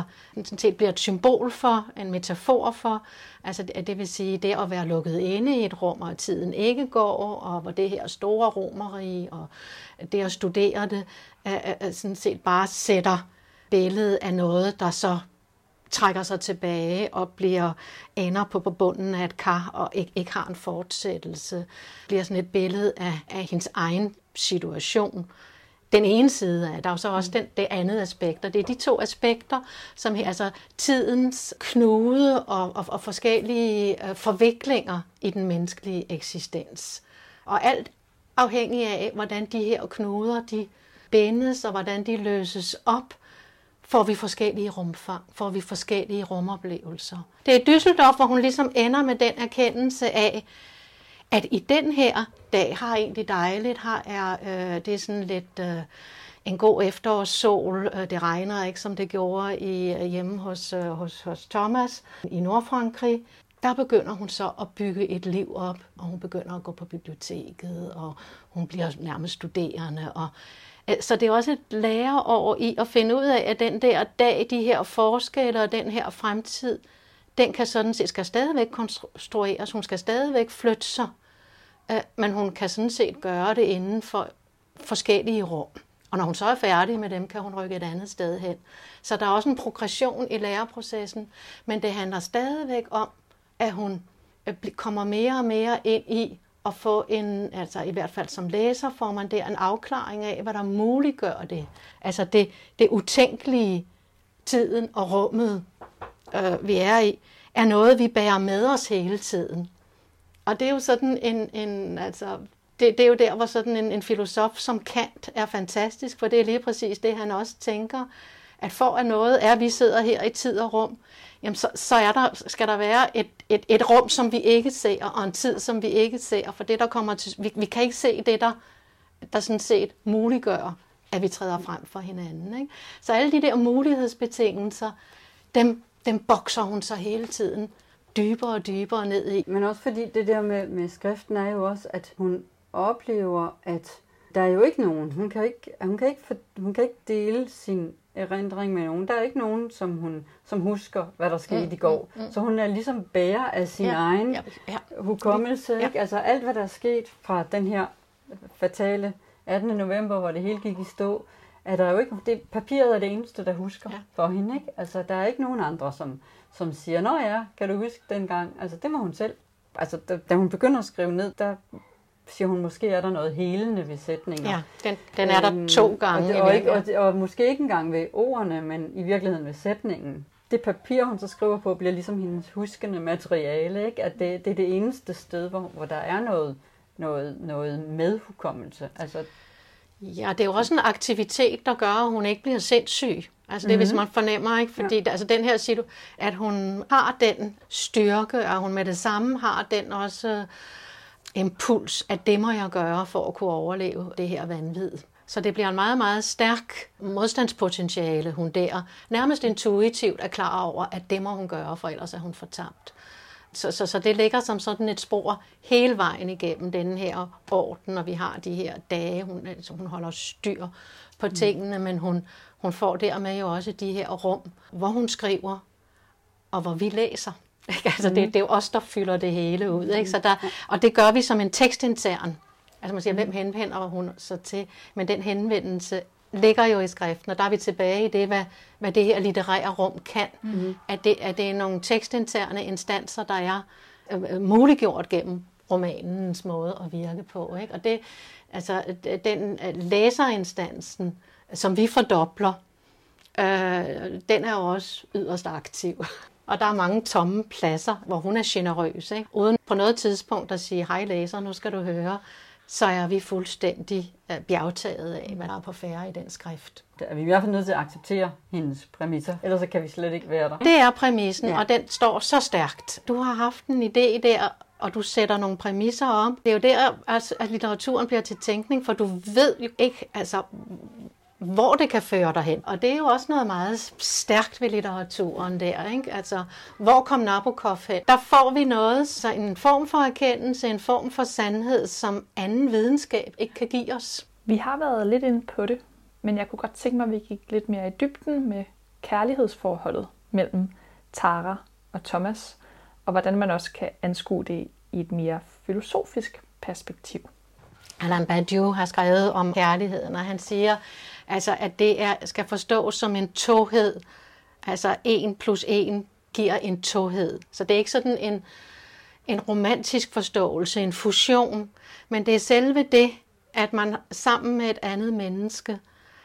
et symbol for, en metafor for, altså det vil sige det at være lukket inde i et rum, og tiden ikke går, og hvor det her store romerige, og det at studere det, sådan set bare sætter billedet af noget, der så trækker sig tilbage og ender på bunden af et kar og ikke har en fortsættelse. Det bliver sådan et billede af hendes egen situation. Den ene side af, der er jo så også det andet aspekt, og det er de to aspekter, som her, altså tidens knude og forskellige forviklinger i den menneskelige eksistens. Og alt afhængig af, hvordan de her knuder, de bindes, og hvordan de løses op, får vi forskellige rumfang, får vi forskellige rumoplevelser. Det er Düsseldorf, hvor hun ligesom ender med den erkendelse af, at i den her dag har egentlig dejligt, det er sådan lidt en god efterårssol, det regner ikke, som det gjorde hjemme hos Thomas i Nordfrankrig. Der begynder hun så at bygge et liv op, og hun begynder at gå på biblioteket, og hun bliver nærmest studerende. Så det er også et læreår i at finde ud af, at den der dag, de her forskelle og den her fremtid, den kan sådan set, skal stadigvæk konstrueres, hun skal stadigvæk flytte sig, men hun kan sådan set gøre det inden for forskellige rum. Og når hun så er færdig med dem, kan hun rykke et andet sted hen. Så der er også en progression i læreprocessen, men det handler stadigvæk om, at hun kommer mere og mere ind i at få altså i hvert fald som læser, får man der en afklaring af, hvad der muliggør det. Altså det utænkelige, tiden og rummet, vi er i, er noget, vi bærer med os hele tiden. Og det er jo sådan det er jo der, hvor sådan en filosof som Kant er fantastisk, for det er lige præcis det, han også tænker, at for at noget er, at vi sidder her i tid og rum, jamen så skal der være et rum, som vi ikke ser, og en tid, som vi ikke ser, for det, der kommer til, vi kan ikke se det, der sådan set muliggør, at vi træder frem for hinanden. Ikke? Så alle de der mulighedsbetingelser, dem bokser hun så hele tiden dybere og dybere ned i. Men også fordi det der med skriften er jo også, at hun oplever, at der er jo ikke nogen. Hun kan ikke dele sin erindring med nogen. Der er ikke nogen, som husker, hvad der skete i går. Så hun er ligesom bærer af sin egen hukommelse. Ikke? Altså alt, hvad der er sket fra den her fatale 18. november, hvor det hele gik i stå, er der jo ikke, papiret er det eneste, der husker for hende. Ikke? Altså der er ikke nogen andre, som siger, nå ja, kan du huske dengang? Altså det må hun selv. Altså da hun begynder at skrive ned, der siger hun, måske er der noget helende ved sætninger. Ja, den er der 2 gange. Og måske ikke engang ved ordene, men i virkeligheden ved sætningen. Det papir, hun så skriver på, bliver ligesom hendes huskende materiale. Ikke? At det er det eneste sted, hvor der er noget medhukommelse. Altså, ja, det er jo også en aktivitet, der gør, at hun ikke bliver sindssyg. Altså det er, hvis man fornemmer, ikke? Fordi altså den her at hun har den styrke, og hun med det samme har den også impuls, at det må jeg gøre for at kunne overleve det her vanvid. Så det bliver en meget, meget stærk modstandspotentiale, hun der nærmest intuitivt er klar over, at det må hun gøre, for ellers er hun fortabt. Så det ligger som sådan et spor hele vejen igennem denne her orden, og vi har de her dage, hun holder styr på tingene, men hun får dermed jo også de her rum, hvor hun skriver, og hvor vi læser. Altså det er jo os, der fylder det hele ud. Ikke? Og det gør vi som en tekstintern. Altså man siger, hvem henvender hun så til? Men den henvendelse ligger jo i skriften, og der er vi tilbage i det, hvad det her litterære rum kan. At det er nogle tekstinterne instanser, der er muliggjort gennem romanens måde at virke på. Ikke? Og det, altså den læserinstansen, som vi fordobler, den er jo også yderst aktiv. Og der er mange tomme pladser, hvor hun er generøs, ikke? Uden på noget tidspunkt at sige, hej læser, nu skal du høre, så er vi fuldstændig bjergtaget af, hvad der er på færre i den skrift. Der er vi i hvert fald nødt til at acceptere hendes præmisser, ellers så kan vi slet ikke være der. Det er præmissen, og den står så stærkt. Du har haft en idé der, og du sætter nogle præmisser om. Det er jo der, at litteraturen bliver til tænkning, for du ved jo ikke, altså, hvor det kan føre dig hen. Og det er jo også noget meget stærkt ved litteraturen der, ikke? Altså, hvor kom Nabokov hen? Der får vi noget, så en form for erkendelse, en form for sandhed, som anden videnskab ikke kan give os. Vi har været lidt inde på det, men jeg kunne godt tænke mig, at vi gik lidt mere i dybden med kærlighedsforholdet mellem Tara og Thomas, og hvordan man også kan anskue det i et mere filosofisk perspektiv. Alain Badiou har skrevet om kærligheden, og han siger, altså, at det skal forstås som en tohed. Altså 1 + 1 giver en tohed. Så det er ikke sådan en romantisk forståelse, en fusion, men det er selve det, at man sammen med et andet menneske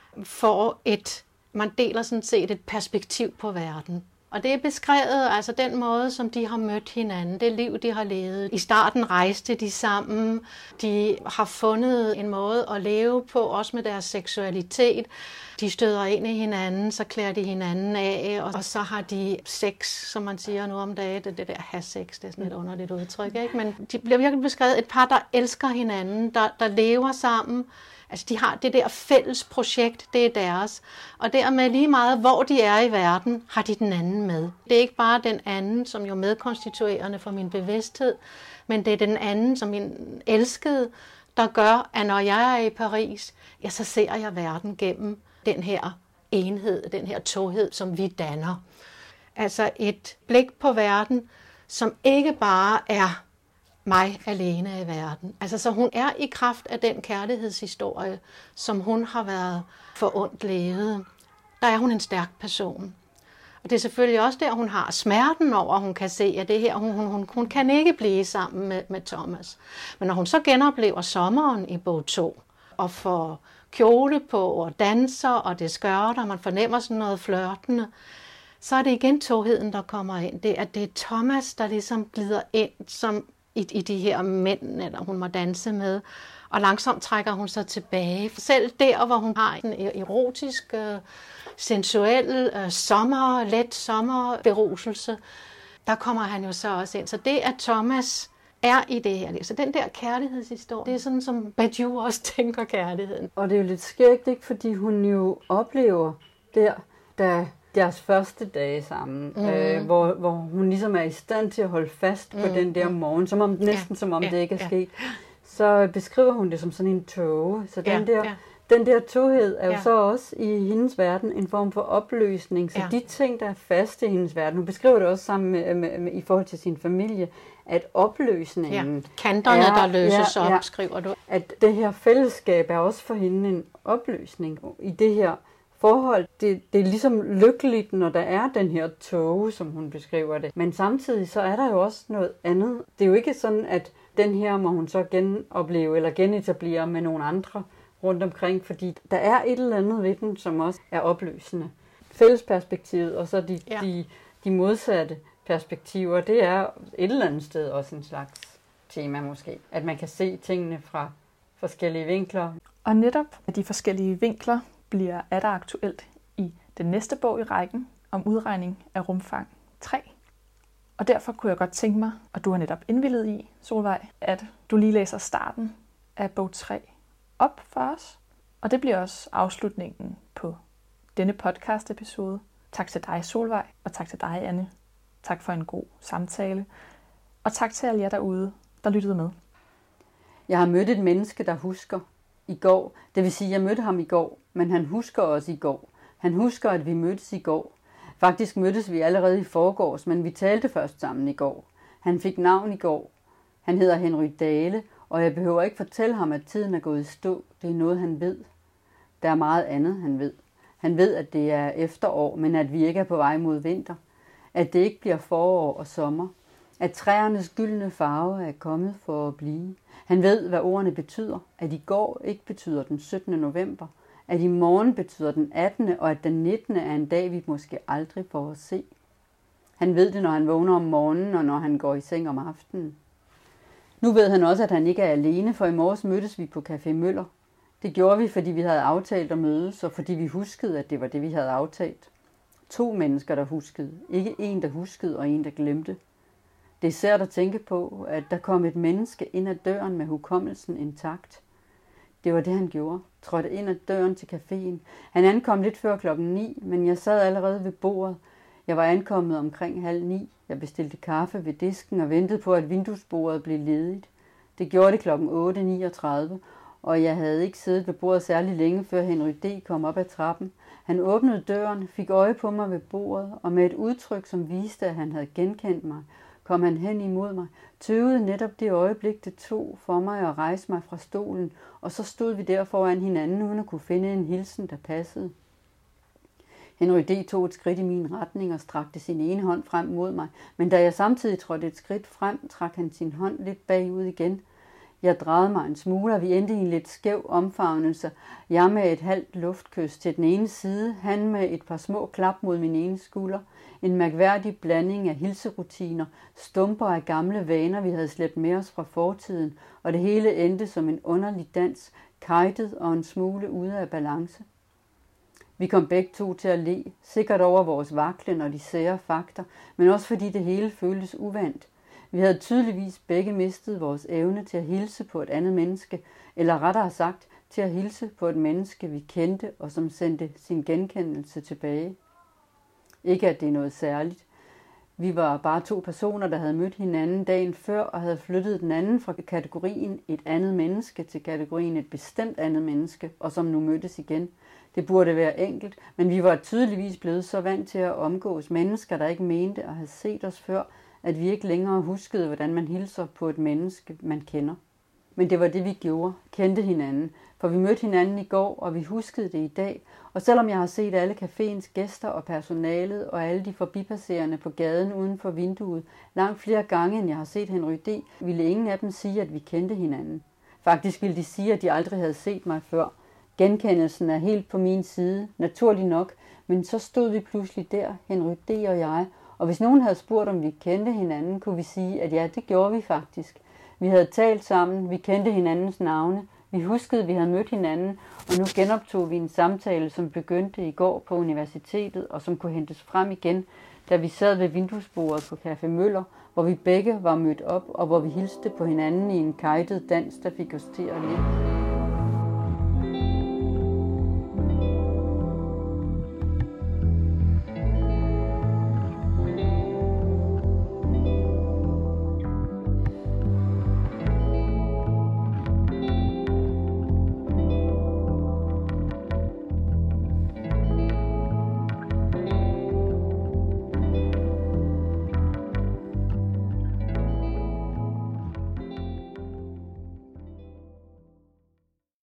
man deler sådan set et perspektiv på verden. Og det er beskrevet, altså den måde, som de har mødt hinanden, det liv, de har levet. I starten rejste de sammen, de har fundet en måde at leve på, også med deres seksualitet. De støder ind i hinanden, så klæder de hinanden af, og så har de sex, som man siger nu om dagen. Det der have sex, det er sådan et underligt udtryk, ikke? Men de bliver virkelig beskrevet et par, der elsker hinanden, der lever sammen. Altså de har det der fælles projekt, det er deres. Og dermed lige meget, hvor de er i verden, har de den anden med. Det er ikke bare den anden, som jo er medkonstituerende for min bevidsthed, men det er den anden, som min elskede, der gør, at når jeg er i Paris, ja, så ser jeg verden gennem den her enhed, den her tohed, som vi danner. Altså et blik på verden, som ikke bare er mig alene i verden. Altså, så hun er i kraft af den kærlighedshistorie, som hun har været forundt levet. Der er hun en stærk person. Og det er selvfølgelig også der, hun har smerten over, at hun kan se, at det her, hun kan ikke blive sammen med Thomas. Men når hun så genoplever sommeren i bog 2, og får kjole på og danser, og det skørter, man fornemmer sådan noget flørtende, så er det igen toheden, der kommer ind. Det er Thomas, der ligesom glider ind som i de her mænd, eller hun må danse med, og langsomt trækker hun sig tilbage. For selv der, hvor hun har en erotisk, sensuel let sommerberuselse, der kommer han jo så også ind. Så det, at Thomas er i det her liv, så den der kærlighedshistorie, det er sådan, som Badiou også tænker kærligheden. Og det er jo lidt skægt, ikke? Fordi hun jo oplever da deres første dage sammen, hvor hun ligesom er i stand til at holde fast på den der morgen, som om det ikke er sket. Så beskriver hun det som sådan en tåge. Så den der tåhed er jo så også i hendes verden en form for opløsning. Så de ting, der er faste i hendes verden, hun beskriver det også sammen med i forhold til sin familie, at opløsningen kanterne, der løses op, skriver du. At det her fællesskab er også for hende en opløsning i det her forhold. Det er ligesom lykkeligt, når der er den her tåge, som hun beskriver det. Men samtidig så er der jo også noget andet. Det er jo ikke sådan, at den her må hun så genopleve eller genetablere med nogle andre rundt omkring, fordi der er et eller andet ved den, som også er opløsende. Fællesperspektivet og så de modsatte perspektiver, det er et eller andet sted også en slags tema måske. At man kan se tingene fra forskellige vinkler. Og netop de forskellige vinkler bliver aktuelt i den næste bog i rækken om udregning af rumfang 3. Og derfor kunne jeg godt tænke mig, og du har netop indvilliget i, Solvej, at du lige læser starten af bog 3 op for os. Og det bliver også afslutningen på denne podcast-episode. Tak til dig, Solvej, og tak til dig, Anne. Tak for en god samtale. Og tak til alle jer derude, der lyttede med. Jeg har mødt et menneske, der husker i går. Det vil sige, at jeg mødte ham i går, men han husker også i går. Han husker, at vi mødtes i går. Faktisk mødtes vi allerede i forgårs, men vi talte først sammen i går. Han fik navn i går. Han hedder Henry Dale, og jeg behøver ikke fortælle ham, at tiden er gået i stå. Det er noget, han ved. Der er meget andet, han ved. Han ved, at det er efterår, men at vi ikke er på vej mod vinter. At det ikke bliver forår og sommer. At træernes gyldne farve er kommet for at blive. Han ved, hvad ordene betyder. At i går ikke betyder den 17. november. At i morgen betyder den 18. og at den 19. er en dag, vi måske aldrig får at se. Han ved det, når han vågner om morgenen og når han går i seng om aftenen. Nu ved han også, at han ikke er alene, for i morges mødtes vi på Café Møller. Det gjorde vi, fordi vi havde aftalt at mødes, og fordi vi huskede, at det var det, vi havde aftalt. 2 mennesker, der huskede. Ikke en, der huskede, og en, der glemte. Det er sært at tænke på, at der kom et menneske ind ad døren med hukommelsen intakt. Det var det, han gjorde. Trådte ind ad døren til caféen. Han ankom lidt før 9:00, men jeg sad allerede ved bordet. Jeg var ankommet omkring 8:30. Jeg bestilte kaffe ved disken og ventede på, at vinduesbordet blev ledigt. Det gjorde det kl. 8:39, og jeg havde ikke siddet ved bordet særlig længe, før Henry D. kom op ad trappen. Han åbnede døren, fik øje på mig ved bordet, og med et udtryk, som viste, at han havde genkendt mig, kom han hen imod mig, tøvede netop det øjeblik, det tog for mig at rejse mig fra stolen, og så stod vi der foran hinanden, uden at kunne finde en hilsen, der passede. Henry D. tog et skridt i min retning og strakte sin ene hånd frem mod mig, men da jeg samtidig trådte et skridt frem, trak han sin hånd lidt bagud igen. Jeg drejede mig en smule, og vi endte i en lidt skæv omfavnelse. Jeg med et halvt luftkys til den ene side, han med et par små klap mod min ene skulder. En mærkværdig blanding af hilserutiner, stumper af gamle vaner, vi havde slæbt med os fra fortiden, og det hele endte som en underlig dans, kajtet og en smule ude af balance. Vi kom begge to til at le, sikkert over vores vaklen og de sære fakter, men også fordi det hele føltes uvant. Vi havde tydeligvis begge mistet vores evne til at hilse på et andet menneske, eller rettere sagt, til at hilse på et menneske, vi kendte og som sendte sin genkendelse tilbage. Ikke at det er noget særligt. Vi var bare 2 personer, der havde mødt hinanden dagen før og havde flyttet den anden fra kategorien et andet menneske til kategorien et bestemt andet menneske, og som nu mødtes igen. Det burde være enkelt, men vi var tydeligvis blevet så vant til at omgås mennesker, der ikke mente at have set os før, at vi ikke længere huskede, hvordan man hilser på et menneske, man kender. Men det var det, vi gjorde, kendte hinanden, for vi mødte hinanden i går, og vi huskede det i dag. Og selvom jeg har set alle caféens gæster og personalet og alle de forbipasserende på gaden uden for vinduet langt flere gange, end jeg har set Henry D., ville ingen af dem sige, at vi kendte hinanden. Faktisk ville de sige, at de aldrig havde set mig før. Genkendelsen er helt på min side, naturlig nok, men så stod vi pludselig der, Henry D. og jeg, og hvis nogen havde spurgt, om vi kendte hinanden, kunne vi sige, at ja, det gjorde vi faktisk. Vi havde talt sammen, vi kendte hinandens navne, vi huskede, at vi havde mødt hinanden, og nu genoptog vi en samtale, som begyndte i går på universitetet, og som kunne hentes frem igen, da vi sad ved vinduesbordet på Café Møller, hvor vi begge var mødt op, og hvor vi hilste på hinanden i en kajtet dans, der fik os til at le.